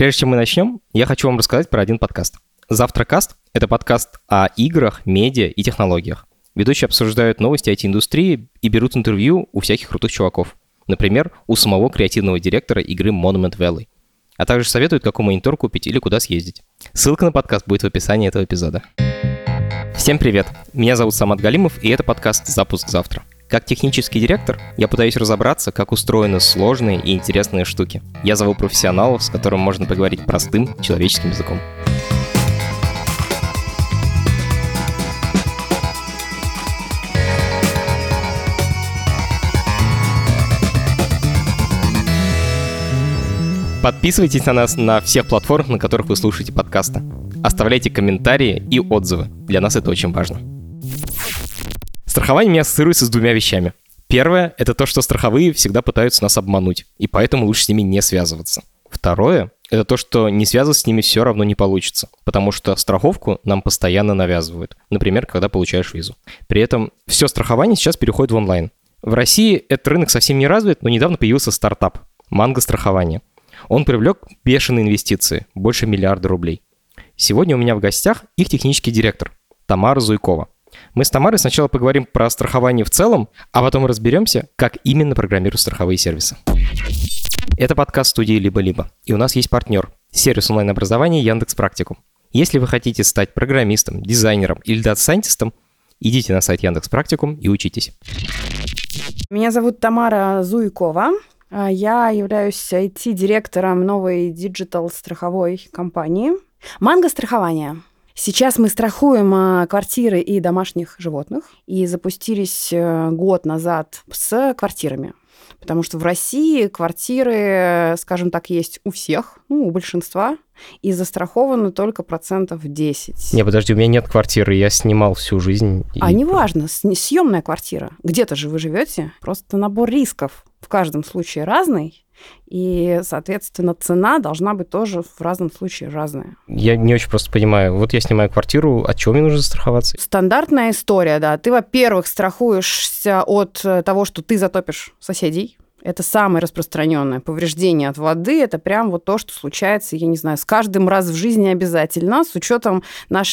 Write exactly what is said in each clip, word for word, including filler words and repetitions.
Прежде чем мы начнем, я хочу вам рассказать про один подкаст. «Завтракаст» — это подкаст о играх, медиа и технологиях. Ведущие обсуждают новости ай ти-индустрии и берут интервью у всяких крутых чуваков. Например, у самого креативного директора игры Monument Valley. А также советуют, какой монитор купить или куда съездить. Ссылка на подкаст будет в описании этого эпизода. Всем привет! Меня зовут Самат Галимов, и это подкаст «Запуск завтра». Как технический директор, я пытаюсь разобраться, как устроены сложные и интересные штуки. Я зову профессионалов, с которыми можно поговорить простым человеческим языком. Подписывайтесь на нас на всех платформах, на которых вы слушаете подкасты. Оставляйте комментарии и отзывы. Для нас это очень важно. Страхование у меня ассоциируется с двумя вещами. Первое — это то, что страховые всегда пытаются нас обмануть, и поэтому лучше с ними не связываться. Второе — это то, что не связываться с ними все равно не получится, потому что страховку нам постоянно навязывают, например, когда получаешь визу. При этом все страхование сейчас переходит в онлайн. В России этот рынок совсем не развит, но недавно появился стартап «Манго страхование». Он привлек бешеные инвестиции, больше миллиарда рублей. Сегодня у меня в гостях их технический директор Тамара Зуйкова. Мы с Тамарой сначала поговорим про страхование в целом, а потом разберемся, как именно программируют страховые сервисы. Это подкаст студии «Либо-либо», и у нас есть партнер – сервис онлайн-образования Яндекс.Практикум. Если вы хотите стать программистом, дизайнером или дата-сайентистом, идите на сайт Яндекс.Практикум и учитесь. Меня зовут Тамара Зуйкова. Я являюсь ай ти-директором новой диджитал-страховой компании «Манго страхование». Сейчас мы страхуем квартиры и домашних животных и запустились год назад с квартирами. Потому что в России квартиры, скажем так, есть у всех, ну, у большинства, и застрахованы только процентов десять. Не, подожди, у меня нет квартиры, я снимал всю жизнь. А и... неважно, съемная квартира. Где-то же вы живете. Просто набор рисков в каждом случае разный, и, соответственно, цена должна быть тоже в разном случае разная. Я не очень просто понимаю. Вот я снимаю квартиру, от чего мне нужно застраховаться? Стандартная история, да. Ты, во-первых, страхуешься от того, что ты затопишь соседей. Это самое распространенное повреждение от воды. Это прям вот то, что случается, я не знаю, с каждым раз в жизни обязательно, с учетом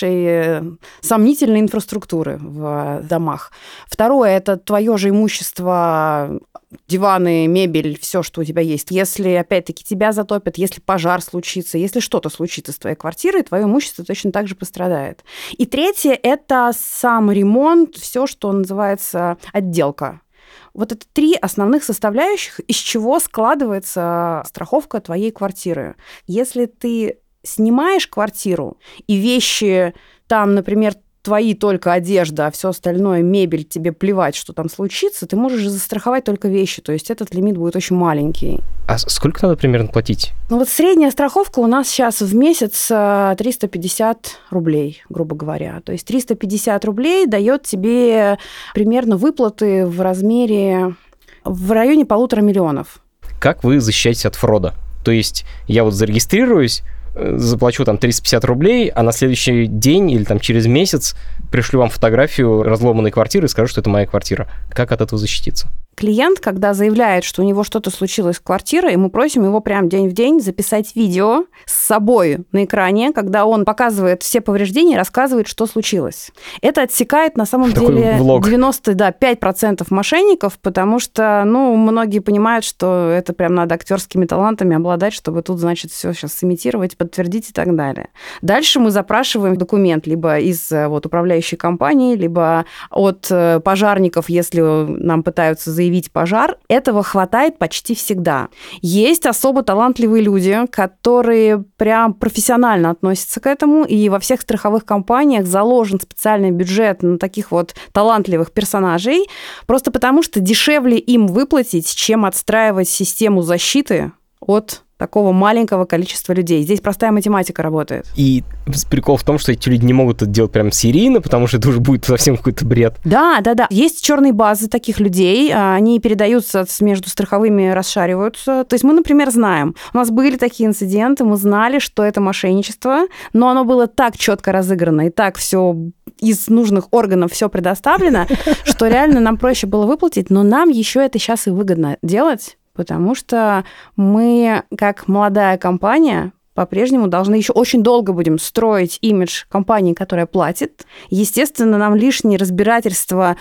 нашей сомнительной инфраструктуры в домах. Второе – это твое же имущество, диваны, мебель, все, что у тебя есть. Если, опять-таки, тебя затопят, если пожар случится, если что-то случится с твоей квартирой, твое имущество точно так же пострадает. И третье – это сам ремонт, все, что называется отделка. Вот это три основных составляющих, из чего складывается страховка твоей квартиры. Если ты снимаешь квартиру, и вещи там, например, твои только одежда, а все остальное, мебель, тебе плевать, что там случится, ты можешь застраховать только вещи, то есть этот лимит будет очень маленький. А сколько надо примерно платить? Ну вот средняя страховка у нас сейчас в месяц триста пятьдесят рублей, грубо говоря. То есть триста пятьдесят рублей дает тебе примерно выплаты в размере, в районе полутора миллионов. Как вы защищаетесь от фрода? То есть я вот зарегистрируюсь, заплачу там триста пятьдесят рублей, а на следующий день или там через месяц пришлю вам фотографию разломанной квартиры и скажу, что это моя квартира. Как от этого защититься? Клиент, когда заявляет, что у него что-то случилось с квартирой, мы просим его прям день в день записать видео с собой на экране, когда он показывает все повреждения и рассказывает, что случилось. Это отсекает на самом Такой деле влог. девяносто пять процентов мошенников, потому что, ну, многие понимают, что это прям надо актерскими талантами обладать, чтобы тут, значит, все сейчас сымитировать, подтвердить и так далее. Дальше мы запрашиваем документ либо из вот, управляющей компании, либо от пожарников, если нам пытаются заявить пожар. Этого хватает почти всегда. Есть особо талантливые люди, которые прям профессионально относятся к этому, и во всех страховых компаниях заложен специальный бюджет на таких вот талантливых персонажей, просто потому что дешевле им выплатить, чем отстраивать систему защиты от такого маленького количества людей. Здесь простая математика работает. И прикол в том, что эти люди не могут это делать прям серийно, потому что это уже будет совсем какой-то бред. Да, да, да. Есть черные базы таких людей, они передаются между страховыми, расшариваются. То есть мы, например, знаем, у нас были такие инциденты, мы знали, что это мошенничество, но оно было так четко разыграно и так все из нужных органов все предоставлено, что реально нам проще было выплатить, но нам еще это сейчас и выгодно делать, потому что мы, как молодая компания, по-прежнему должны еще очень долго будем строить имидж компании, которая платит. Естественно, нам лишние разбирательства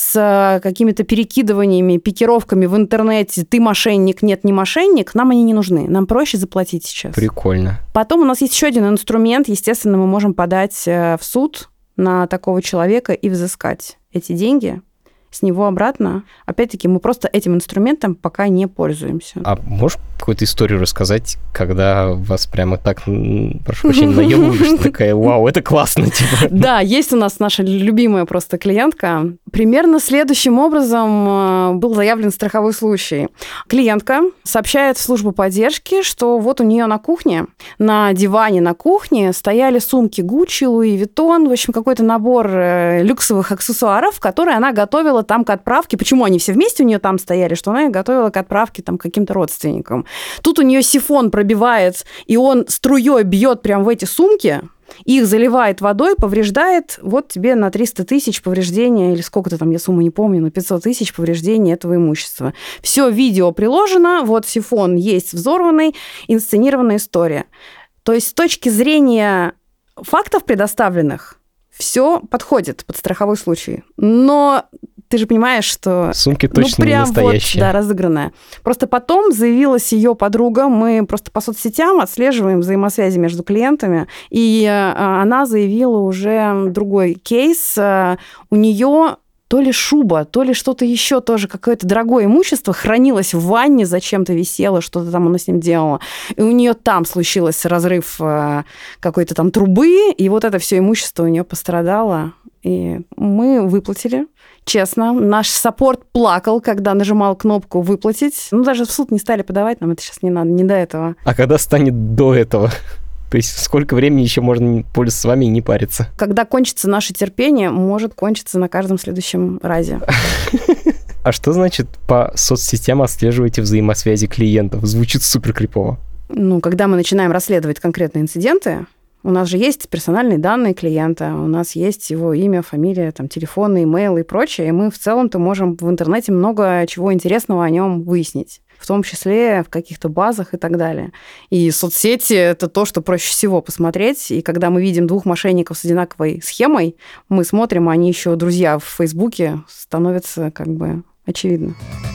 с какими-то перекидываниями, пикировками в интернете «ты мошенник, нет, не мошенник», нам они не нужны. Нам проще заплатить сейчас. Прикольно. Потом у нас есть еще один инструмент. Естественно, мы можем подать в суд на такого человека и взыскать эти деньги с него обратно. Опять-таки, мы просто этим инструментом пока не пользуемся. А можешь какую-то историю рассказать, когда вас прямо так, прошу прощения, наебывали, что такая, вау, это классно, типа? Да, есть у нас наша любимая просто клиентка. Примерно следующим образом был заявлен страховой случай. Клиентка сообщает в службу поддержки, что вот у нее на кухне, на диване на кухне стояли сумки Gucci, Louis Vuitton, в общем, какой-то набор люксовых аксессуаров, которые она готовила там к отправке. Почему они все вместе у нее там стояли? Что она их готовила к отправке там, к каким-то родственникам. Тут у нее сифон пробивает, и он струей бьет прямо в эти сумки, их заливает водой, повреждает, вот тебе на триста тысяч повреждения, или сколько-то там, я сумму не помню, на пятьсот тысяч повреждения этого имущества. Все видео приложено, вот сифон есть взорванный, инсценированная история. То есть с точки зрения фактов предоставленных, все подходит под страховой случай. Но ты же понимаешь, что... Сумки точно ну, прям не настоящие. Вот, да, разыгранная. Просто потом заявилась ее подруга, мы просто по соцсетям отслеживаем взаимосвязи между клиентами, и она заявила уже другой кейс. У нее то ли шуба, то ли что-то еще тоже, какое-то дорогое имущество хранилось в ванне, зачем-то висело, что-то там она с ним делала. И у нее там случился разрыв какой-то там трубы, и вот это все имущество у нее пострадало. И мы выплатили, честно. Наш саппорт плакал, когда нажимал кнопку «выплатить». Ну, даже в суд не стали подавать, нам это сейчас не надо, не до этого. А когда станет до этого? То есть сколько времени еще можно пользоваться с вами и не париться? Когда кончится наше терпение, может кончиться на каждом следующем разе. А что значит по соцсетям отслеживаете взаимосвязи клиентов? Звучит супер крипово. Ну, когда мы начинаем расследовать конкретные инциденты, у нас же есть персональные данные клиента, у нас есть его имя, фамилия, там, телефоны, имейл и прочее, и мы в целом-то можем в интернете много чего интересного о нем выяснить, в том числе в каких-то базах и так далее. И соцсети – это то, что проще всего посмотреть, и когда мы видим двух мошенников с одинаковой схемой, мы смотрим, они еще друзья в Фейсбуке, становится как бы очевидно.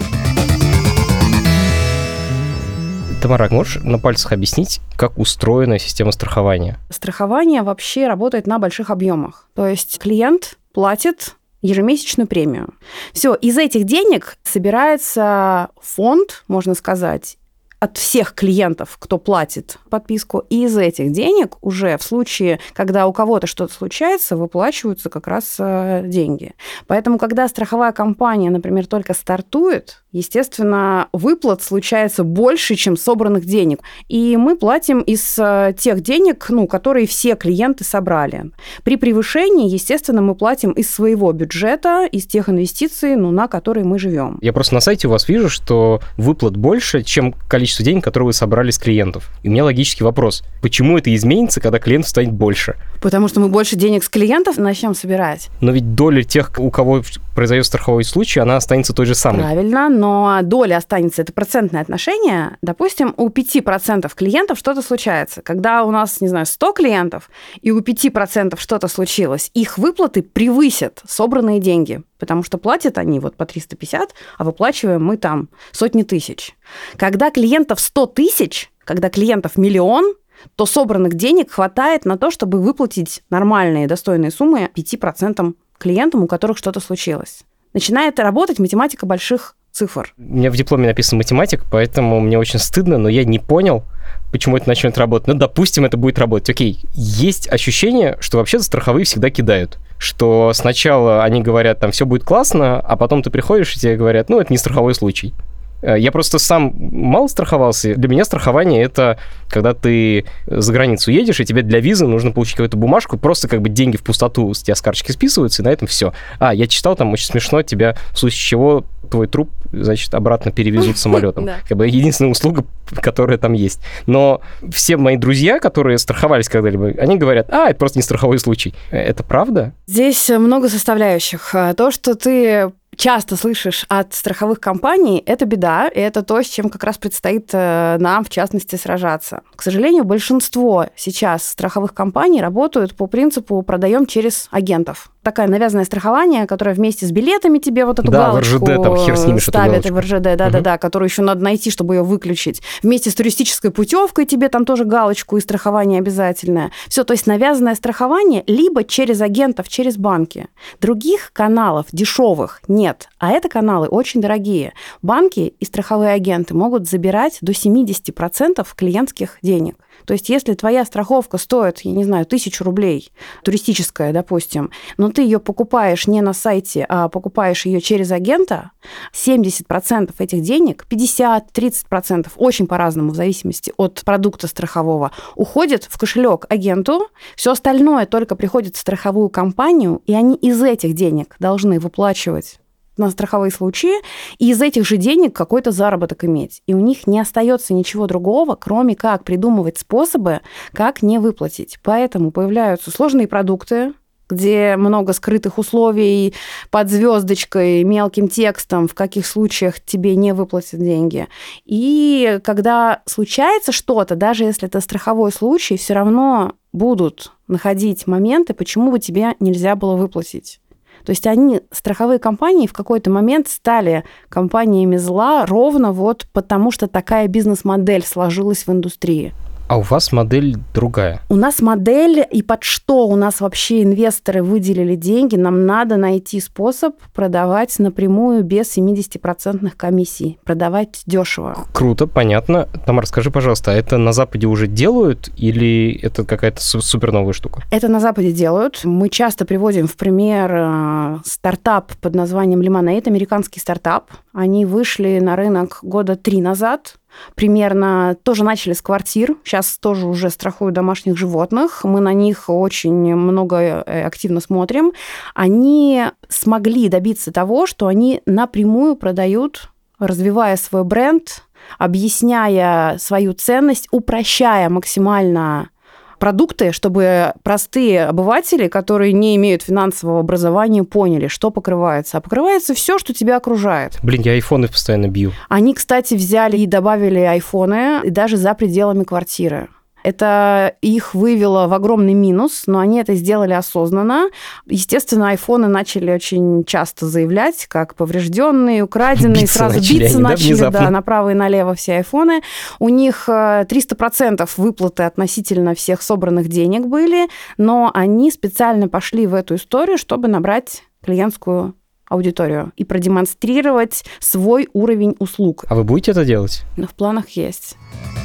Тамара, можешь на пальцах объяснить, как устроена система страхования? Страхование вообще работает на больших объемах. То есть клиент платит ежемесячную премию. Все, из этих денег собирается фонд, можно сказать, от всех клиентов, кто платит подписку, и из этих денег уже в случае, когда у кого-то что-то случается, выплачиваются как раз деньги. Поэтому, когда страховая компания, например, только стартует, естественно, выплат случается больше, чем собранных денег. И мы платим из тех денег, ну, которые все клиенты собрали. При превышении, естественно, мы платим из своего бюджета, из тех инвестиций, ну, на которые мы живем. Я просто на сайте у вас вижу, что выплат больше, чем количество денег, которые вы собрали с клиентов. И у меня логический вопрос. Почему это изменится, когда клиентов станет больше? Потому что мы больше денег с клиентов начнем собирать. Но ведь доля тех, у кого произойдет страховой случай, она останется той же самой. Правильно, но доля останется, это процентное отношение. Допустим, у пяти процентов клиентов что-то случается. Когда у нас, не знаю, сто клиентов, и у пяти процентов что-то случилось, их выплаты превысят собранные деньги, потому что платят они вот по триста пятьдесят, а выплачиваем мы там сотни тысяч. Когда клиентов сто тысяч, когда клиентов миллион, то собранных денег хватает на то, чтобы выплатить нормальные достойные суммы пяти процентам клиентам, у которых что-то случилось. Начинает работать математика больших цифр. У меня в дипломе написан математик, поэтому мне очень стыдно, но я не понял, почему это начнет работать. Ну, допустим, это будет работать. Окей, есть ощущение, что вообще-то страховые всегда кидают. Что сначала они говорят, там, все будет классно, а потом ты приходишь, и тебе говорят, ну, это не страховой случай. Я просто сам мало страховался. Для меня страхование — это когда ты за границу едешь, и тебе для визы нужно получить какую-то бумажку, просто как бы деньги в пустоту с тебя с карточки списываются, и на этом все. А, я читал, там очень смешно, тебя в случае чего твой труп значит, обратно перевезут самолетом. Как бы единственная услуга, которая там есть. Но все мои друзья, которые страховались когда-либо, они говорят, а, это просто не страховой случай. Это правда? Здесь много составляющих. То, что ты часто слышишь от страховых компаний, это беда, и это то, с чем как раз предстоит нам, в частности, сражаться. К сожалению, большинство сейчас страховых компаний работают по принципу «продаем через агентов». Такое навязанное страхование, которое вместе с билетами тебе вот эту да, галочку в эр жэ дэ, там хер снимешь ставят, эту в эр жэ дэ, да-да-да, угу. которую еще надо найти, чтобы ее выключить. Вместе с туристической путевкой тебе там тоже галочку и страхование обязательное. Все, то есть навязанное страхование либо через агентов, через банки. Других каналов дешевых нет, а это каналы очень дорогие. Банки и страховые агенты могут забирать до семьдесят процентов клиентских денег. То есть если твоя страховка стоит, я не знаю, тысячу рублей, туристическая, допустим, но ты ее покупаешь не на сайте, а покупаешь ее через агента, семьдесят процентов этих денег, пятьдесят-тридцать процентов, очень по-разному, в зависимости от продукта страхового, уходит в кошелек агенту, все остальное только приходит в страховую компанию, и они из этих денег должны выплачивать на страховые случаи, и из этих же денег какой-то заработок иметь. И у них не остается ничего другого, кроме как придумывать способы, как не выплатить. Поэтому появляются сложные продукты, где много скрытых условий под звездочкой, мелким текстом, в каких случаях тебе не выплатят деньги. И когда случается что-то, даже если это страховой случай, все равно будут находить моменты, почему бы тебе нельзя было выплатить. То есть они, страховые компании, в какой-то момент стали компаниями зла ровно вот потому, что такая бизнес-модель сложилась в индустрии. А у вас модель другая? У нас модель, и под что у нас вообще инвесторы выделили деньги, нам надо найти способ продавать напрямую без семьдесят процентов комиссий, продавать дешево. Круто, понятно. Тамара, скажи, пожалуйста, а это на Западе уже делают или это какая-то супер новая штука? Это на Западе делают. Мы часто приводим в пример стартап под названием Lemonade, американский стартап. Они вышли на рынок года три назад. Примерно тоже начали с квартир. Сейчас тоже уже страхуют домашних животных. Мы на них очень много активно смотрим. Они смогли добиться того, что они напрямую продают, развивая свой бренд, объясняя свою ценность, упрощая максимально продукты, чтобы простые обыватели, которые не имеют финансового образования, поняли, что покрывается. А покрывается все, что тебя окружает. Блин, я айфоны постоянно бью. Они, кстати, взяли и добавили айфоны и даже за пределами квартиры. Это их вывело в огромный минус, но они это сделали осознанно. Естественно, айфоны начали очень часто заявлять, как поврежденные, украденные, биться сразу начали, биться они, начали, да, да, направо и налево все айфоны. У них триста процентов выплаты относительно всех собранных денег были, но они специально пошли в эту историю, чтобы набрать клиентскую аудиторию и продемонстрировать свой уровень услуг. А вы будете это делать? В планах есть.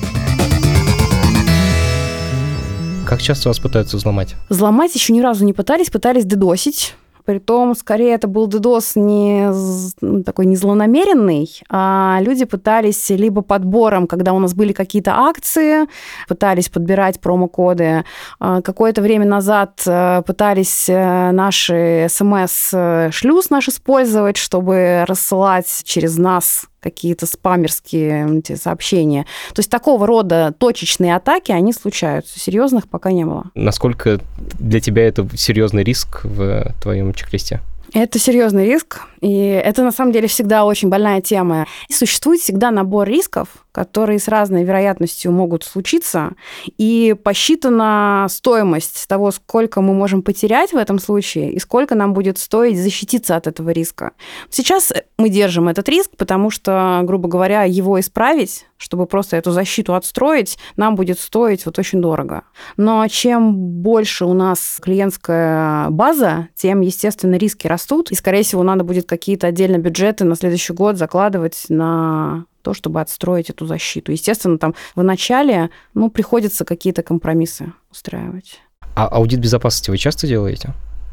Как часто вас пытаются взломать? Взломать еще ни разу не пытались, пытались дедосить. Притом, скорее, это был дедос не такой не злонамеренный, а люди пытались либо подбором, когда у нас были какие-то акции, пытались подбирать промокоды. Какое-то время назад пытались наши смс-шлюз наш использовать, чтобы рассылать через нас какие-то спамерские эти сообщения. То есть такого рода точечные атаки, они случаются. Серьезных пока не было. Насколько для тебя это серьезный риск в твоем чек-листе? Это серьезный риск, и это на самом деле всегда очень больная тема. И существует всегда набор рисков, которые с разной вероятностью могут случиться, и посчитана стоимость того, сколько мы можем потерять в этом случае, и сколько нам будет стоить защититься от этого риска. Сейчас мы держим этот риск, потому что, грубо говоря, его исправить, чтобы просто эту защиту отстроить, нам будет стоить вот очень дорого. Но чем больше у нас клиентская база, тем, естественно, риски растут, и, скорее всего, надо будет какие-то отдельные бюджеты на следующий год закладывать на то, чтобы отстроить эту защиту. Естественно, там в начале, ну, приходится какие-то компромиссы устраивать. А аудит безопасности вы часто делаете?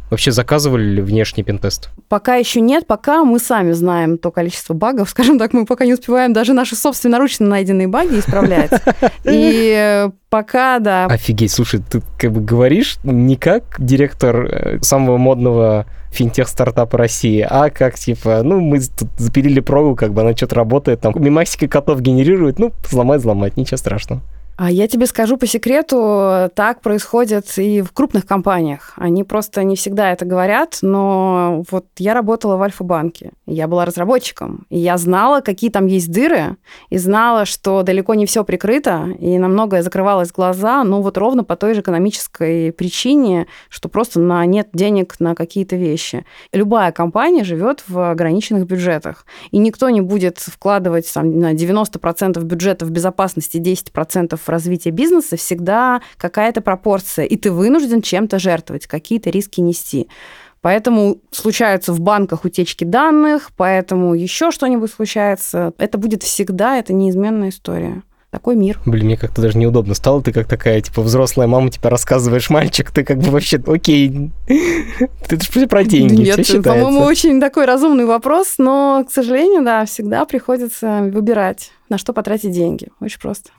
Вообще заказывали ли внешний пентест? Пока еще нет, пока мы сами знаем то количество багов, скажем так, мы пока не успеваем даже наши собственноручно найденные баги исправлять. И пока, да. Офигеть, слушай, ты как бы говоришь не как директор самого модного финтех-стартапа России, а как, типа, ну, мы тут запилили прогу, как бы она что-то работает, там, мемасики котов генерирует, ну, взломать-взломать, ничего страшного. А я тебе скажу по секрету, так происходит и в крупных компаниях. Они просто не всегда это говорят, но вот я работала в Альфа-банке, я была разработчиком, и я знала, какие там есть дыры, и знала, что далеко не все прикрыто, и на многое закрывалось глаза, ну вот ровно по той же экономической причине, что просто на нет денег на какие-то вещи. Любая компания живет в ограниченных бюджетах, и никто не будет вкладывать там, на девяносто процентов бюджета в безопасность и десять процентов в развитие бизнеса, всегда какая-то пропорция, и ты вынужден чем-то жертвовать, какие-то риски нести. Поэтому случаются в банках утечки данных, поэтому еще что-нибудь случается. Это будет всегда, это неизменная история. Такой мир. Блин, мне как-то даже неудобно стало. Ты как такая, типа, взрослая мама, типа, рассказываешь, мальчик, ты как бы вообще, окей, ты же про деньги, Нет, по-моему, очень такой разумный вопрос, но, к сожалению, да, всегда приходится выбирать, на что потратить деньги. Очень просто.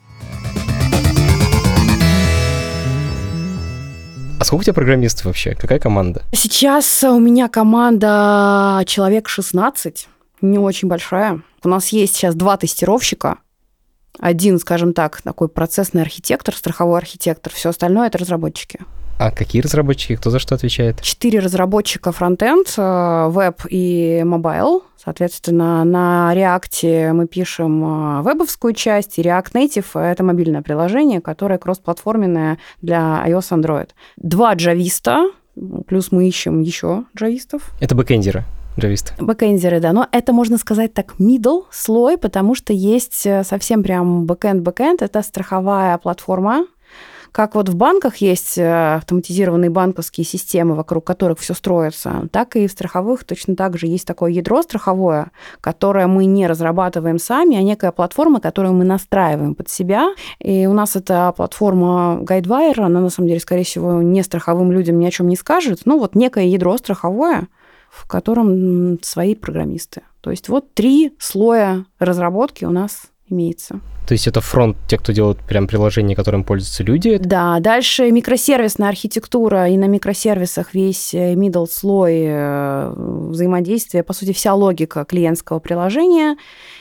А сколько у тебя программистов вообще? Какая команда? Сейчас у меня команда человек шестнадцать, не очень большая. У нас есть сейчас два тестировщика. Один, скажем так, такой процессный архитектор, страховой архитектор. Все остальное – это разработчики. А какие разработчики? Кто за что отвечает? Четыре разработчика фронтенд, веб и мобайл. Соответственно, на React мы пишем вебовскую часть, и React Native – это мобильное приложение, которое кроссплатформенное для iOS и Android. Два джависта, плюс мы ищем еще джавистов. Это бэкэндеры, джависты. Бэкэндеры, да. Но это, можно сказать так, middle слой, потому что есть совсем прям бэкэнд-бэкэнд. Это страховая платформа. Как вот в банках есть автоматизированные банковские системы, вокруг которых все строится, так и в страховых точно так же есть такое ядро страховое, которое мы не разрабатываем сами, а некая платформа, которую мы настраиваем под себя. И у нас эта платформа Guidewire, она на самом деле, скорее всего, не страховым людям ни о чем не скажет. Ну вот некое ядро страховое, в котором свои программисты. То есть вот три слоя разработки у нас имеется. То есть это фронт, те, кто делают прям приложение, которым пользуются люди? Да, дальше микросервисная архитектура, и на микросервисах весь middle слой взаимодействия, по сути, вся логика клиентского приложения.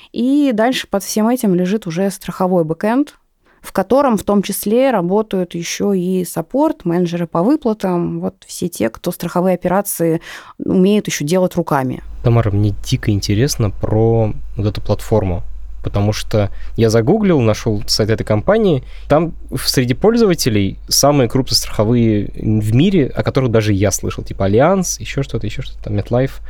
И дальше под всем этим лежит уже страховой бэкэнд, в котором в том числе работают еще и саппорт, менеджеры по выплатам, вот все те, кто страховые операции умеют еще делать руками. Тамара, мне дико интересно про вот эту платформу. Потому что я загуглил, нашел сайт этой компании. Там среди пользователей самые крупные страховые в мире, о которых даже я слышал. Типа Альянс, еще что-то, еще что-то, там MetLife.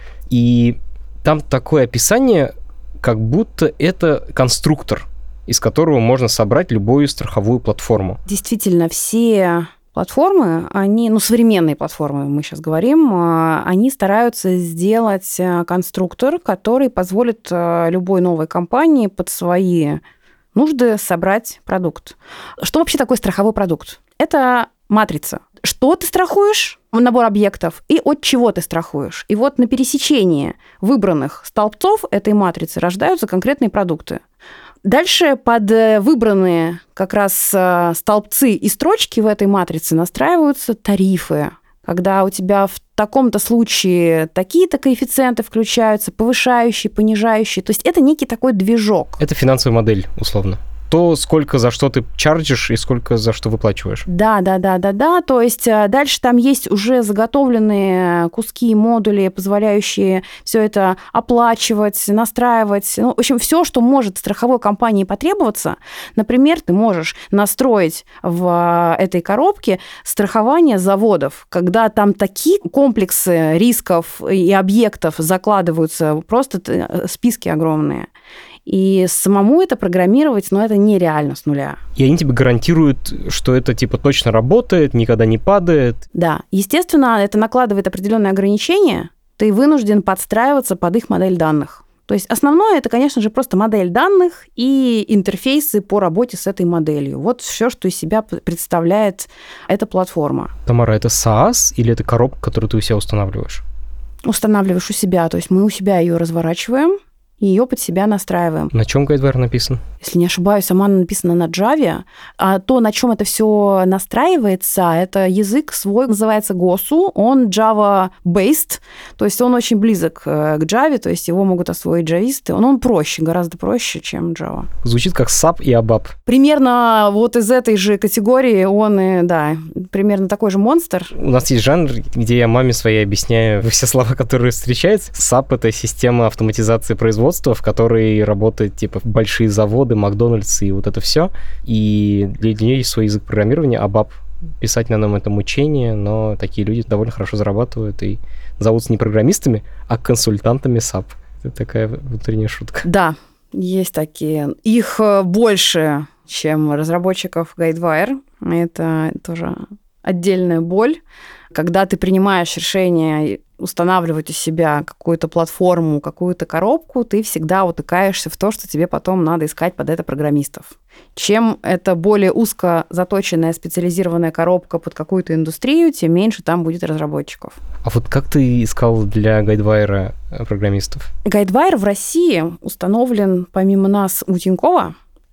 И там такое описание, как будто это конструктор, из которого можно собрать любую страховую платформу. Действительно, все платформы, они, ну, современные платформы, мы сейчас говорим, они стараются сделать конструктор, который позволит любой новой компании под свои нужды собрать продукт. Что вообще такое страховой продукт? Это матрица. Что ты страхуешь? Набор объектов. И от чего ты страхуешь? И вот на пересечении выбранных столбцов этой матрицы рождаются конкретные продукты. Дальше под выбранные как раз столбцы и строчки в этой матрице настраиваются тарифы, когда у тебя в таком-то случае такие-то коэффициенты включаются, повышающие, понижающие. То есть это некий такой движок. Это финансовая модель, условно. То, сколько за что ты чарджишь и сколько за что выплачиваешь. Да, да, да, да, да. То есть дальше там есть уже заготовленные куски, модули, позволяющие все это оплачивать, настраивать. Ну, в общем, все, что может страховой компании потребоваться. Например, ты можешь настроить в этой коробке страхование заводов, когда там такие комплексы рисков и объектов закладываются, просто списки огромные. И самому это программировать, но это нереально с нуля. И они тебе гарантируют, что это типа точно работает, никогда не падает. Да. Естественно, это накладывает определенные ограничения. Ты вынужден подстраиваться под их модель данных. То есть основное это, конечно же, просто модель данных и интерфейсы по работе с этой моделью. Вот все, что из себя представляет эта платформа. Тамара, это SaaS или это коробка, которую ты у себя устанавливаешь? Устанавливаешь у себя, то есть мы у себя ее разворачиваем и ее под себя настраиваем. На чем GuideWire написан? Если не ошибаюсь, сама она написана на Java. А то, на чем это все настраивается, это язык свой, называется Gosu. Он Java-based, то есть он очень близок к Java, то есть его могут освоить джависты. Он, он проще, гораздо проще, чем Java. Звучит как сап и абап. Примерно вот из этой же категории он, и, да, примерно такой же монстр. У нас есть жанр, где я маме своей объясняю все слова, которые встречаются. сап — это система автоматизации производства, в которой работают типа большие заводы, Макдональдс и вот это все. И для нее есть свой язык программирования, абап. Писать на нем это мучение, но такие люди довольно хорошо зарабатывают и зовутся не программистами, а консультантами сап. Это такая внутренняя шутка. Да, есть такие. Их больше, чем разработчиков GuideWire. Это тоже отдельная боль. Когда ты принимаешь решение устанавливать у себя какую-то платформу, какую-то коробку, ты всегда утыкаешься в то, что тебе потом надо искать под это программистов. Чем это более узко заточенная специализированная коробка под какую-то индустрию, тем меньше там будет разработчиков. А вот как ты искал для GuideWire программистов? GuideWire в России установлен помимо нас у Тинькова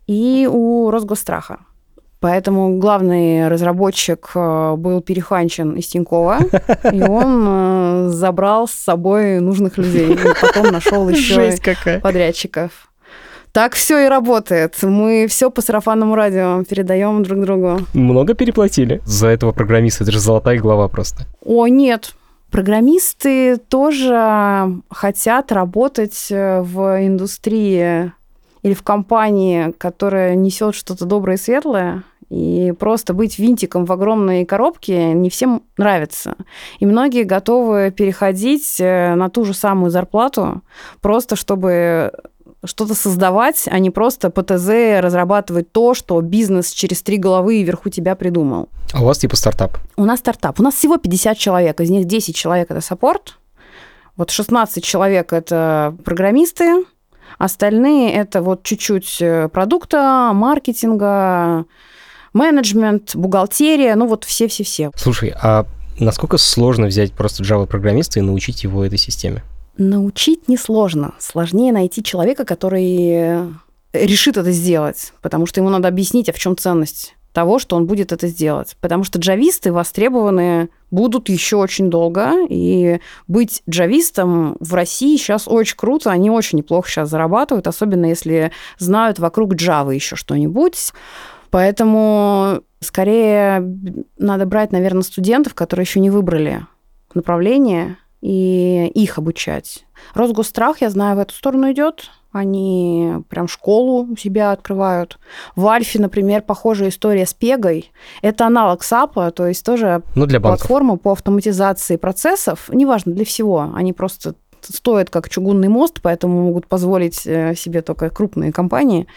и у Росгосстраха. Поэтому главный разработчик был переханчен из Тинькова, и он забрал с собой нужных людей. И потом нашел еще подрядчиков. Так все и работает. Мы все по сарафанному радио передаем друг другу. Много переплатили за этого программиста? Это же золотая глава просто. О, нет. Программисты тоже хотят работать в индустрии или в компании, которая несет что-то доброе и светлое. И просто быть винтиком в огромной коробке не всем нравится. И многие готовы переходить на ту же самую зарплату, просто чтобы что-то создавать, а не просто по ТЗ разрабатывать то, что бизнес через три головы вверху тебя придумал. А у вас типа стартап? У нас стартап. У нас всего пятьдесят человек, из них десять человек – это саппорт, вот шестнадцать человек – это программисты, остальные – это вот чуть-чуть продукта, маркетинга, менеджмент, бухгалтерия, ну вот все-все-все. Слушай, а насколько сложно взять просто Java-программиста и научить его этой системе? Научить несложно. Сложнее найти человека, который решит это сделать, потому что ему надо объяснить, а в чем ценность того, что он будет это сделать. Потому что джависты востребованы будут еще очень долго, и быть джавистом в России сейчас очень круто, они очень неплохо сейчас зарабатывают, особенно если знают вокруг Java еще что-нибудь. Поэтому скорее надо брать, наверное, студентов, которые еще не выбрали направление, и их обучать. Росгострах, я знаю, в эту сторону идет. Они прям школу у себя открывают. В Альфе, например, похожая история с Пегой. Это аналог сапа, то есть тоже ну, для платформа по автоматизации процессов. Неважно, для всего. Они просто стоят как чугунный мост, поэтому могут позволить себе только крупные компании.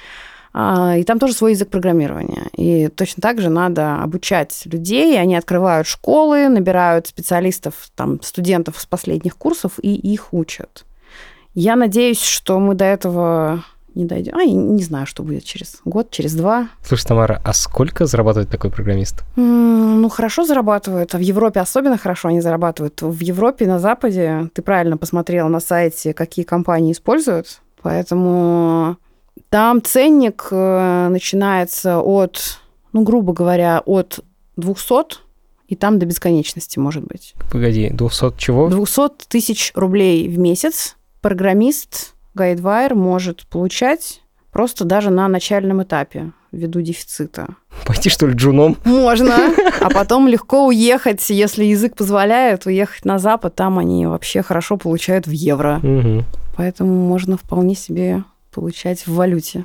И там тоже свой язык программирования. И точно так же надо обучать людей. Они открывают школы, набирают специалистов, там, студентов с последних курсов и их учат. Я надеюсь, что мы до этого не дойдем. А, я не знаю, что будет через год, через два. Слушай, Тамара, а сколько зарабатывает такой программист? Mm, ну, хорошо зарабатывают. А в Европе особенно хорошо они зарабатывают. В Европе, на Западе, ты правильно посмотрела на сайте, какие компании используют. Поэтому там ценник начинается от, ну, грубо говоря, от двухсот, и там до бесконечности, может быть. Погоди, двухсот чего? двухсот тысяч рублей в месяц программист GuideWire может получать просто даже на начальном этапе ввиду дефицита. Пойти, что ли, джуном? Можно, а потом легко уехать, если язык позволяет, уехать на Запад, там они вообще хорошо получают в евро. Угу. Поэтому можно вполне себе получать в валюте.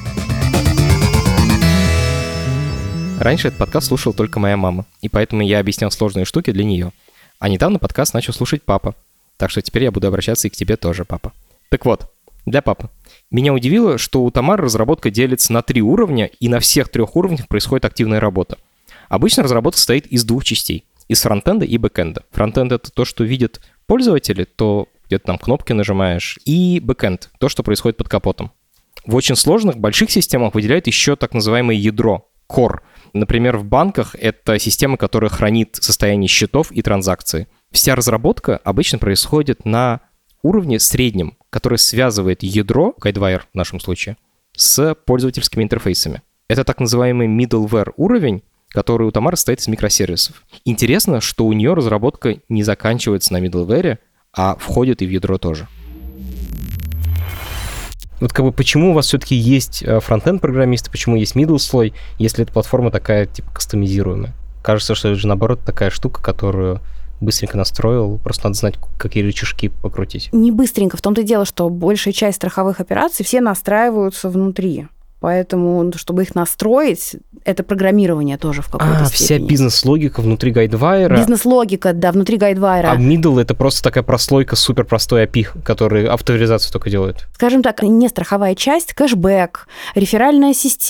Раньше этот подкаст слушала только моя мама, и поэтому я объяснял сложные штуки для нее. А недавно подкаст начал слушать папа. Так что теперь я буду обращаться и к тебе тоже, папа. Так вот, для папы. Меня удивило, что у Тамары разработка делится на три уровня, и на всех трех уровнях происходит активная работа. Обычно разработка состоит из двух частей. Из фронтенда и бэкенда. Фронтенд — это то, что видят пользователи, то где ты там кнопки нажимаешь, и бэкэнд, то, что происходит под капотом. В очень сложных, больших системах выделяют еще так называемое ядро, core. Например, в банках это система, которая хранит состояние счетов и транзакций. Вся разработка обычно происходит на уровне среднем, который связывает ядро, Guidewire в нашем случае, с пользовательскими интерфейсами. Это так называемый middleware уровень, который у Тамары состоит из микросервисов. Интересно, что у нее разработка не заканчивается на middleware, а входит и в ядро тоже. Вот как бы почему у вас все-таки есть фронтенд-программисты, почему есть middle слой, если эта платформа такая, типа, кастомизируемая? Кажется, что это же, наоборот, такая штука, которую быстренько настроил, просто надо знать, какие рычажки покрутить. Не быстренько. В том-то и дело, что большая часть страховых операций все настраиваются внутри. Поэтому, чтобы их настроить, это программирование тоже в какой-то а, степени. Вся бизнес-логика внутри Guidewire. Бизнес-логика, да, внутри Guidewire. А middle — это просто такая прослойка суперпростой эй пи ай, который авторизацию только делает. Скажем так, не страховая часть, кэшбэк, реферальная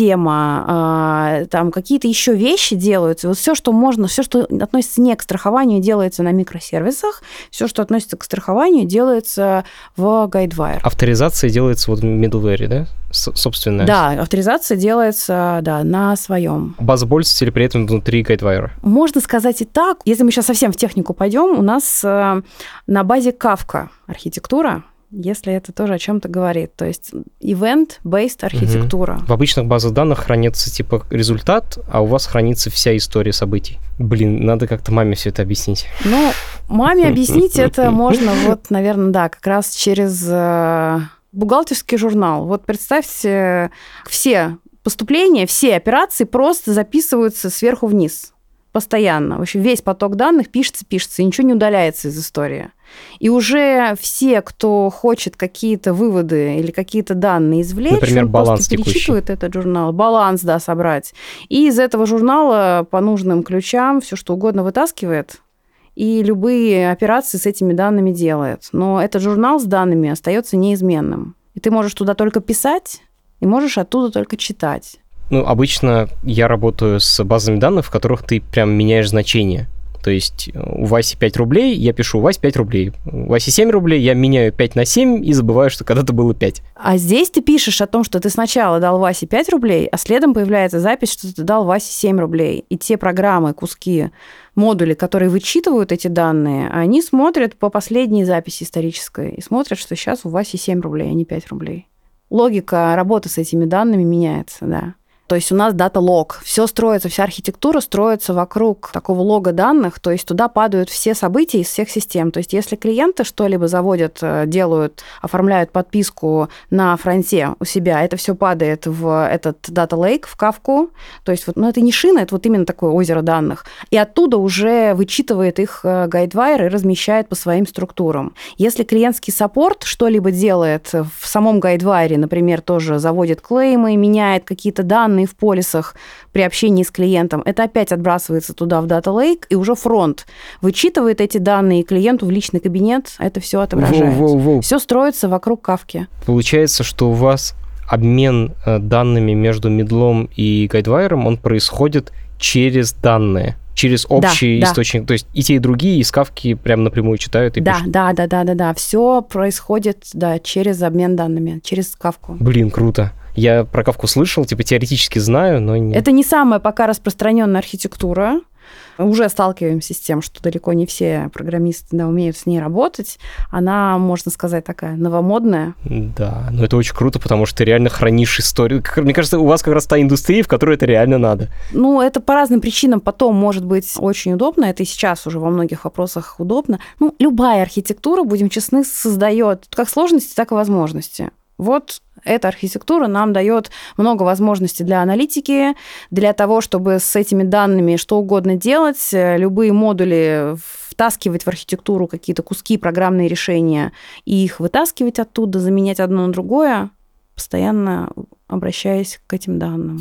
система, э, там какие-то еще вещи делаются. Вот все, что можно, все, что относится не к страхованию, делается на микросервисах, все, что относится к страхованию, делается в Guidewire. Авторизация делается вот в middleware, да? Собственная. Да, авторизация делается, да, на своем. База пользователей при этом внутри Guidewire. Можно сказать и так. Если мы сейчас совсем в технику пойдем, у нас э, на базе Kafka архитектура, если это тоже о чем-то говорит. То есть event-based архитектура. Угу. В обычных базах данных хранится типа результат, а у вас хранится вся история событий. Блин, надо как-то маме все это объяснить. Ну, маме объяснить это можно вот, наверное, да, как раз через... бухгалтерский журнал. Вот представьте, все поступления, все операции просто записываются сверху вниз. Постоянно. В общем, весь поток данных пишется, пишется, и ничего не удаляется из истории. И уже все, кто хочет какие-то выводы или какие-то данные извлечь, например, он баланс просто перечитывает этот журнал, баланс, да, собрать. И из этого журнала по нужным ключам все что угодно вытаскивает, и любые операции с этими данными делает. Но этот журнал с данными остается неизменным. И ты можешь туда только писать, и можешь оттуда только читать. Ну, обычно я работаю с базами данных, в которых ты прям меняешь значение. То есть у Васи пять рублей, я пишу: Вась пять рублей. У Васи семь рублей, я меняю пять на семь и забываю, что когда-то было пять. А здесь ты пишешь о том, что ты сначала дал Васе пять рублей, а следом появляется запись, что ты дал Васе семь рублей. И те программы, куски, модули, которые вычитывают эти данные, они смотрят по последней записи исторической и смотрят, что сейчас у Васи семь рублей, а не пять рублей. Логика работы с этими данными меняется, да. То есть у нас дата-лог. Все строится, вся архитектура строится вокруг такого лога данных, то есть туда падают все события из всех систем. То есть если клиенты что-либо заводят, делают, оформляют подписку на фронте у себя, это все падает в этот дата-лейк, в Kafka. То есть вот, ну, это не шина, это вот именно такое озеро данных. И оттуда уже вычитывает их Guidewire и размещает по своим структурам. Если клиентский саппорт что-либо делает в самом Guidewire, например, тоже заводит клеймы, меняет какие-то данные в полисах при общении с клиентом, это опять отбрасывается туда в Data Lake, и уже фронт вычитывает эти данные, и клиенту в личный кабинет это все отображает. Воу, воу, воу. Все строится вокруг Kafka. Получается, что у вас обмен данными между Middle и Guidewire, он происходит через данные, через общий да, источник. Да. То есть и те, и другие из Kafka прям напрямую читают и да, пишут. Да, да, да, да, да. Все происходит, да, через обмен данными, через Kafka. Блин, круто. Я про Kafka слышал, типа теоретически знаю, но не... Это не самая пока распространенная архитектура. Уже сталкиваемся с тем, что далеко не все программисты, да, умеют с ней работать. Она, можно сказать, такая новомодная. Да, но это очень круто, потому что ты реально хранишь историю. Мне кажется, у вас как раз та индустрия, в которой это реально надо. Ну, это по разным причинам потом может быть очень удобно. Это и сейчас уже во многих вопросах удобно. Ну, любая архитектура, будем честны, создает как сложности, так и возможности. Вот эта архитектура нам дает много возможностей для аналитики, для того, чтобы с этими данными что угодно делать, любые модули втаскивать в архитектуру, какие-то куски, программные решения, и их вытаскивать оттуда, заменять одно на другое, постоянно обращаясь к этим данным.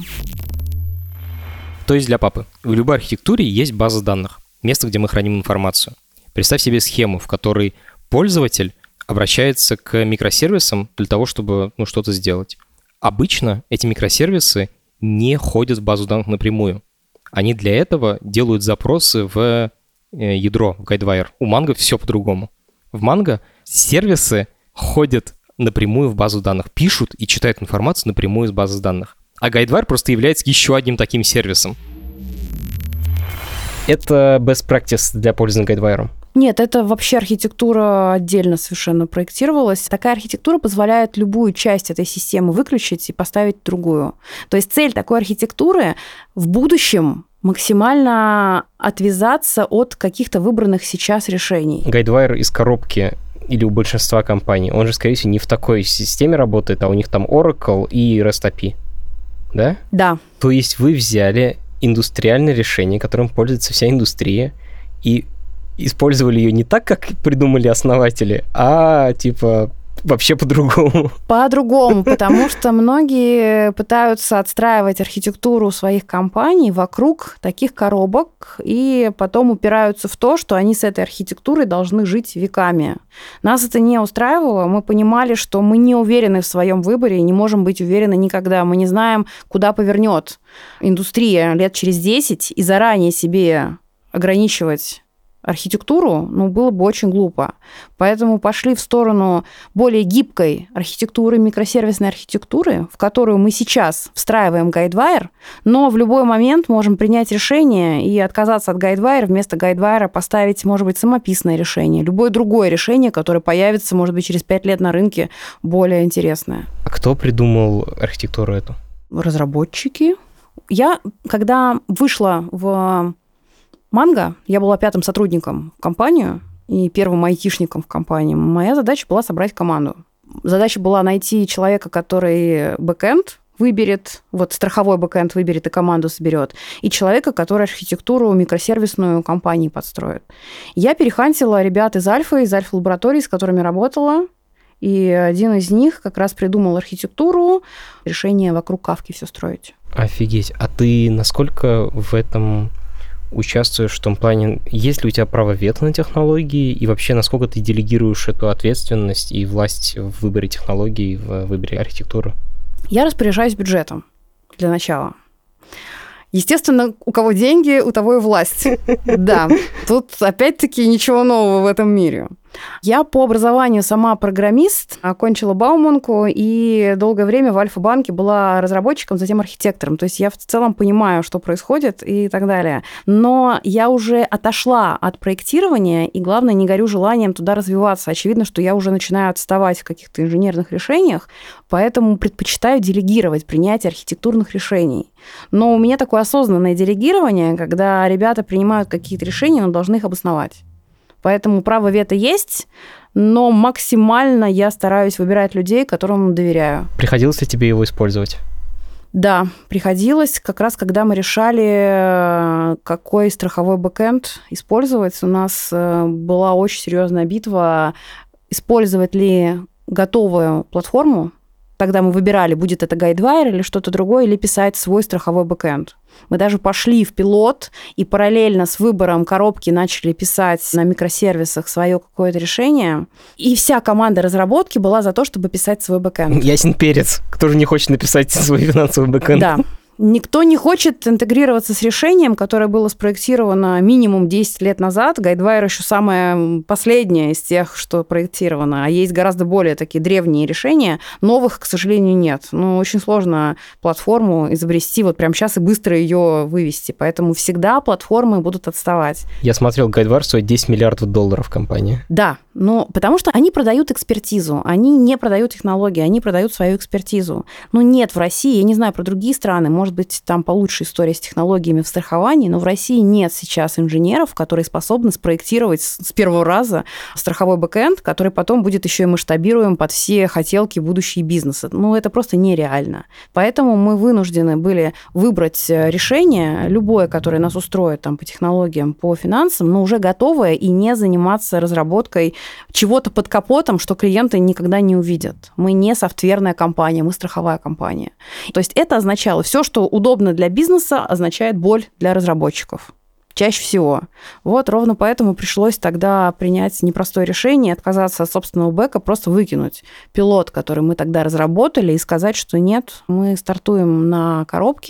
То есть для папы в любой архитектуре есть база данных, место, где мы храним информацию. Представь себе схему, в которой пользователь обращается к микросервисам для того, чтобы ну, что-то сделать. Обычно эти микросервисы не ходят в базу данных напрямую. Они для этого делают запросы в ядро, в Guidewire. У Mongo все по-другому. в Mongo сервисы ходят напрямую в базу данных, пишут и читают информацию напрямую из базы данных. А Guidewire просто является еще одним таким сервисом. Это best practice для пользования Guidewire? Нет, это вообще архитектура отдельно совершенно проектировалась. Такая архитектура позволяет любую часть этой системы выключить и поставить другую. То есть цель такой архитектуры в будущем максимально отвязаться от каких-то выбранных сейчас решений. Guidewire из коробки или у большинства компаний, он же, скорее всего, не в такой системе работает, а у них там Oracle и REST эй пи ай, да? Да. То есть вы взяли индустриальное решение, которым пользуется вся индустрия, и использовали ее не так, как придумали основатели, а типа вообще по-другому. По-другому, потому что многие пытаются отстраивать архитектуру своих компаний вокруг таких коробок и потом упираются в то, что они с этой архитектурой должны жить веками. Нас это не устраивало, мы понимали, что мы не уверены в своем выборе и не можем быть уверены никогда. Мы не знаем, куда повернет индустрия лет через десять, и заранее себе ограничивать архитектуру, ну, было бы очень глупо. Поэтому пошли в сторону более гибкой архитектуры, микросервисной архитектуры, в которую мы сейчас встраиваем Guidewire, но в любой момент можем принять решение и отказаться от Guidewire, вместо Guidewire поставить, может быть, самописное решение, любое другое решение, которое появится, может быть, через пять лет на рынке, более интересное. А кто придумал архитектуру эту? Разработчики. Я, когда вышла в Mongo, я была пятым сотрудником в компанию и первым айтишником в компании. Моя задача была собрать команду. Задача была найти человека, который бэкэнд выберет, вот страховой бэкэнд выберет и команду соберет, и человека, который архитектуру микросервисную компании подстроит. Я перехантила ребят из Альфа, из Альфа-лабораторий, с которыми работала, и один из них как раз придумал архитектуру, решение вокруг Кафки все строить. Офигеть. А ты насколько в этом участвуешь в том плане, есть ли у тебя право вето на технологии, и вообще насколько ты делегируешь эту ответственность и власть в выборе технологий, в выборе архитектуры? Я распоряжаюсь бюджетом для начала. Естественно, у кого деньги, у того и власть. Да, тут опять-таки ничего нового в этом мире. Я по образованию сама программист, окончила Бауманку и долгое время в Альфа-банке была разработчиком, затем архитектором. То есть я в целом понимаю, что происходит и так далее. Но я уже отошла от проектирования и, главное, не горю желанием туда развиваться. Очевидно, что я уже начинаю отставать в каких-то инженерных решениях, поэтому предпочитаю делегировать принятие архитектурных решений. Но у меня такое осознанное делегирование, когда ребята принимают какие-то решения, но должны их обосновать. Поэтому право вето есть, но максимально я стараюсь выбирать людей, которым доверяю. Приходилось ли тебе его использовать? Да, приходилось. Как раз когда мы решали, какой страховой бэкэнд использовать, у нас была очень серьезная битва, использовать ли готовую платформу. Тогда мы выбирали, будет это Guidewire или что-то другое, или писать свой страховой бэкэнд. Мы даже пошли в пилот и параллельно с выбором коробки начали писать на микросервисах свое какое-то решение. И вся команда разработки была за то, чтобы писать свой бэкэнд. Ясен перец. Кто же не хочет написать свой финансовый бэкэнд? Да. Никто не хочет интегрироваться с решением, которое было спроектировано минимум десять лет назад. Guidewire еще самое последнее из тех, что проектировано. А есть гораздо более такие древние решения. Новых, к сожалению, нет. Но очень сложно платформу изобрести вот прямо сейчас и быстро ее вывести. Поэтому всегда платформы будут отставать. Я смотрел, Guidewire стоит десять миллиардов долларов компания. Да, но потому что они продают экспертизу. Они не продают технологии, они продают свою экспертизу. Но нет в России, я не знаю про другие страны, может быть, там получше история с технологиями в страховании, но в России нет сейчас инженеров, которые способны спроектировать с первого раза страховой бэкэнд, который потом будет еще и масштабируем под все хотелки будущие бизнеса. Ну, это просто нереально. Поэтому мы вынуждены были выбрать решение, любое, которое нас устроит там, по технологиям, по финансам, но уже готовое, и не заниматься разработкой чего-то под капотом, что клиенты никогда не увидят. Мы не софтверная компания, мы страховая компания. То есть это означало все, что что удобно для бизнеса, означает боль для разработчиков. Чаще всего. Вот ровно поэтому пришлось тогда принять непростое решение, отказаться от собственного бэка, просто выкинуть пилот, который мы тогда разработали, и сказать, что нет, мы стартуем на коробке,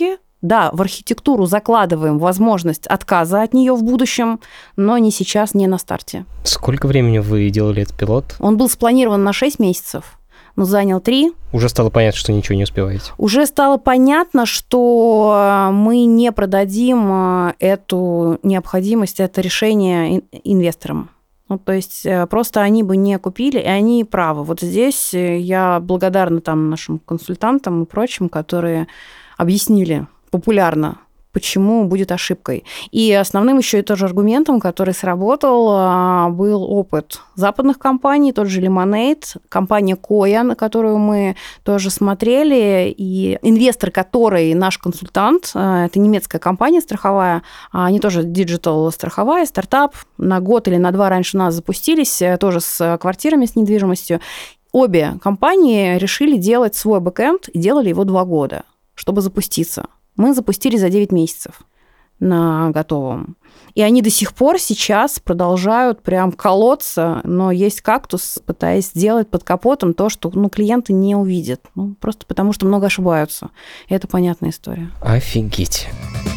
Да, в архитектуру закладываем возможность отказа от нее в будущем, но не сейчас, не на старте. Сколько времени вы делали этот пилот? Он был спланирован на шесть месяцев, но занял три. Уже стало понятно, что ничего не успеваете. Уже стало понятно, что мы не продадим эту необходимость, это решение инвесторам. Ну, то есть просто они бы не купили, и они правы. Вот здесь я благодарна там нашим консультантам и прочим, которые объяснили популярно, почему будет ошибкой. И основным еще и тоже аргументом, который сработал, был опыт западных компаний, тот же Lemonade, компания Коя, на которую мы тоже смотрели, и инвестор, который наш консультант, это немецкая компания страховая, они тоже диджитал-страховая, стартап, на год или на два раньше нас запустились, тоже с квартирами, с недвижимостью. Обе компании решили делать свой бэкэнд и делали его два года, чтобы запуститься. Мы запустили за девять месяцев на готовом. И они до сих пор сейчас продолжают прям колоться, но есть кактус, пытаясь сделать под капотом то, что ну, клиенты не увидят. Ну, просто потому, что много ошибаются. И это понятная история. Офигеть.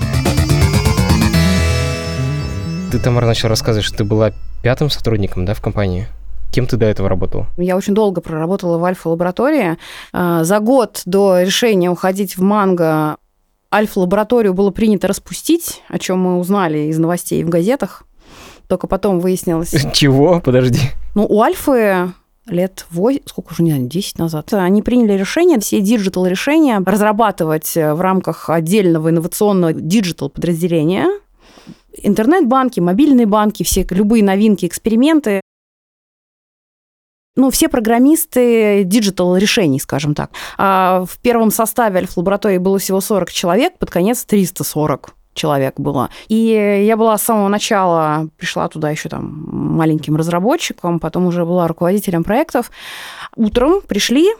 Ты, Тамара, начала рассказывать, что ты была пятым сотрудником, да, в компании? Кем ты до этого работала? Я очень долго проработала в Альфа-лаборатории. За год до решения уходить в Манго Альфа-лабораторию было принято распустить, о чем мы узнали из новостей в газетах. Только потом выяснилось... Чего? Подожди. Ну, у Альфы лет восемь, сколько уже, не знаю, десять назад, они приняли решение, все диджитал-решения разрабатывать в рамках отдельного инновационного диджитал-подразделения. Интернет-банки, мобильные банки, все любые новинки, эксперименты. Ну, все программисты диджитал-решений, скажем так. А в первом составе Альфа-лаборатории было всего сорок человек, под конец триста сорок человек было. И я была с самого начала, пришла туда еще там маленьким разработчиком, потом уже была руководителем проектов. Утром пришли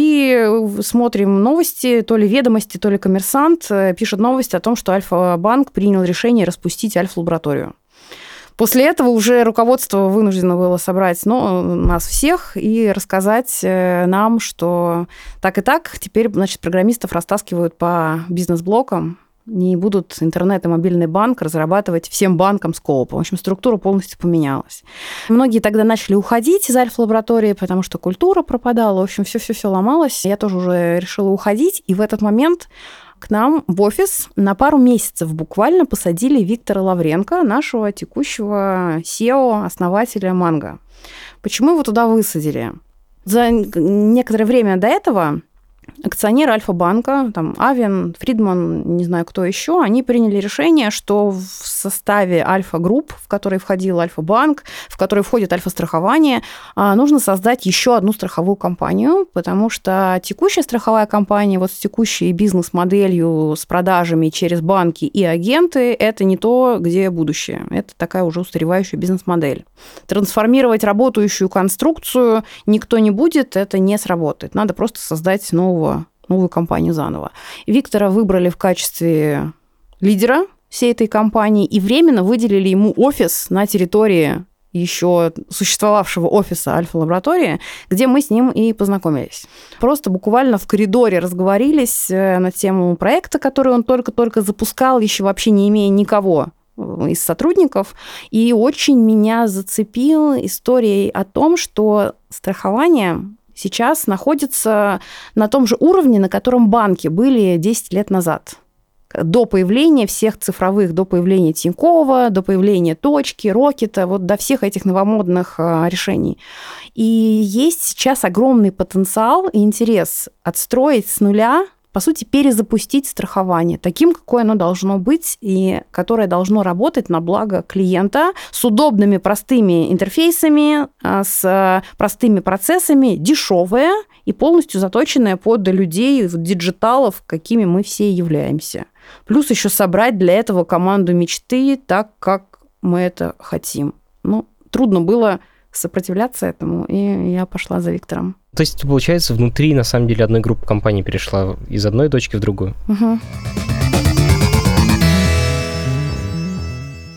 и смотрим новости, то ли «Ведомости», то ли «Коммерсант» пишет новость о том, что Альфа-банк принял решение распустить Альфа-лабораторию. После этого уже руководство вынуждено было собрать ну, нас всех и рассказать нам, что так и так теперь, значит, программистов растаскивают по бизнес-блокам, не будут интернет и мобильный банк разрабатывать всем банкам скоп. В общем, структура полностью поменялась. Многие тогда начали уходить из Альфа-лаборатории, потому что культура пропадала. В общем, все-все-все ломалось. Я тоже уже решила уходить, и в этот момент к нам в офис на пару месяцев буквально посадили Виктора Лавренко, нашего текущего си и о, основателя Манго. Почему его туда высадили? За некоторое время до этого акционеры Альфа-банка, там Авен, Фридман, не знаю кто еще, они приняли решение, что в составе Альфа-групп, в который входил Альфа-банк, в который входит Альфа-страхование, нужно создать еще одну страховую компанию, потому что текущая страховая компания вот с текущей бизнес-моделью, с продажами через банки и агенты, это не то, где будущее. Это такая уже устаревающая бизнес-модель. Трансформировать работающую конструкцию никто не будет, это не сработает. Надо просто создать новую новую компанию заново. Виктора выбрали в качестве лидера всей этой компании и временно выделили ему офис на территории еще существовавшего офиса Альфа-лаборатории, где мы с ним и познакомились. Просто буквально в коридоре разговорились на тему проекта, который он только-только запускал, еще вообще не имея никого из сотрудников. И очень меня зацепила история о том, что страхование сейчас находится на том же уровне, на котором банки были десять лет назад. До появления всех цифровых, до появления Тинькова, до появления Точки, Рокета, вот до всех этих новомодных решений. И есть сейчас огромный потенциал и интерес отстроить с нуля, по сути, перезапустить страхование таким, какое оно должно быть, и которое должно работать на благо клиента с удобными, простыми интерфейсами, с простыми процессами, дешевое и полностью заточенное под людей, диджиталов, какими мы все являемся. Плюс еще собрать для этого команду мечты так, как мы это хотим. Ну, трудно было сопротивляться этому, и я пошла за Виктором. То есть, получается, внутри, на самом деле, одной группы компаний перешла из одной точки в другую? Угу.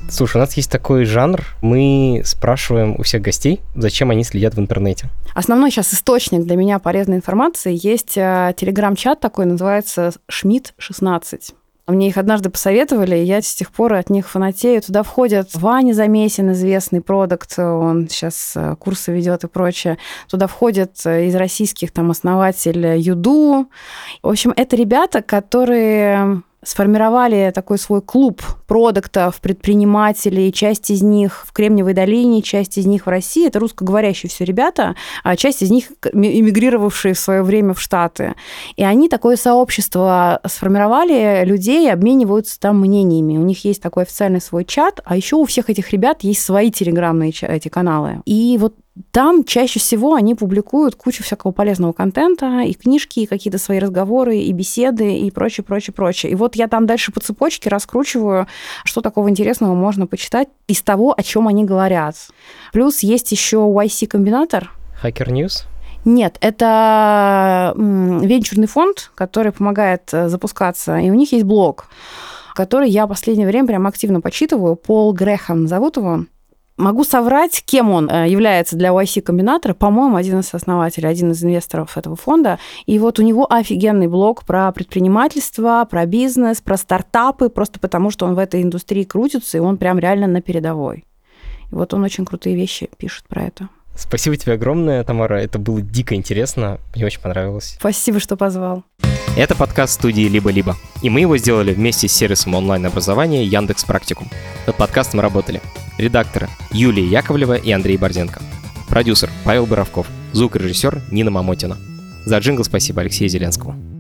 Слушай, у нас есть такой жанр, мы спрашиваем у всех гостей, зачем они следят в интернете. Основной сейчас источник для меня полезной информации есть телеграм-чат такой, называется Шмидт шестнадцать. Мне их однажды посоветовали, и я с тех пор от них фанатею. Туда входят Ваня Замесин, известный продакт, он сейчас курсы ведет и прочее. Туда входят из российских там основатель Юду. В общем, это ребята, которые сформировали такой свой клуб продуктов, предпринимателей, часть из них в Кремниевой долине, часть из них в России. Это русскоговорящие все ребята, а часть из них эмигрировавшие в свое время в Штаты. И они такое сообщество сформировали людей, обмениваются там мнениями. У них есть такой официальный свой чат, а еще у всех этих ребят есть свои телеграмные эти каналы. И вот там чаще всего они публикуют кучу всякого полезного контента, и книжки, и какие-то свои разговоры, и беседы, и прочее, прочее, прочее. И вот я там дальше по цепочке раскручиваю, что такого интересного можно почитать из того, о чем они говорят. Плюс есть еще уай си-комбинатор. Hacker News? Нет, это венчурный фонд, который помогает запускаться, и у них есть блог, который я в последнее время прям активно почитываю. Пол Грэхэм зовут его. Могу соврать, кем он является для уай си-комбинатора. По-моему, один из основателей, один из инвесторов этого фонда. И вот у него офигенный блог про предпринимательство, про бизнес, про стартапы, просто потому что он в этой индустрии крутится, и он прям реально на передовой. И вот он очень крутые вещи пишет про это. Спасибо тебе огромное, Тамара. Это было дико интересно. Мне очень понравилось. Спасибо, что позвал. Это подкаст студии «Либо-либо», и мы его сделали вместе с сервисом онлайн-образования Яндекс.Практикум. Над подкастом работали редакторы Юлия Яковлева и Андрей Борзенко, продюсер Павел Боровков, звукорежиссер Нина Мамотина. За джингл спасибо Алексею Зеленскому.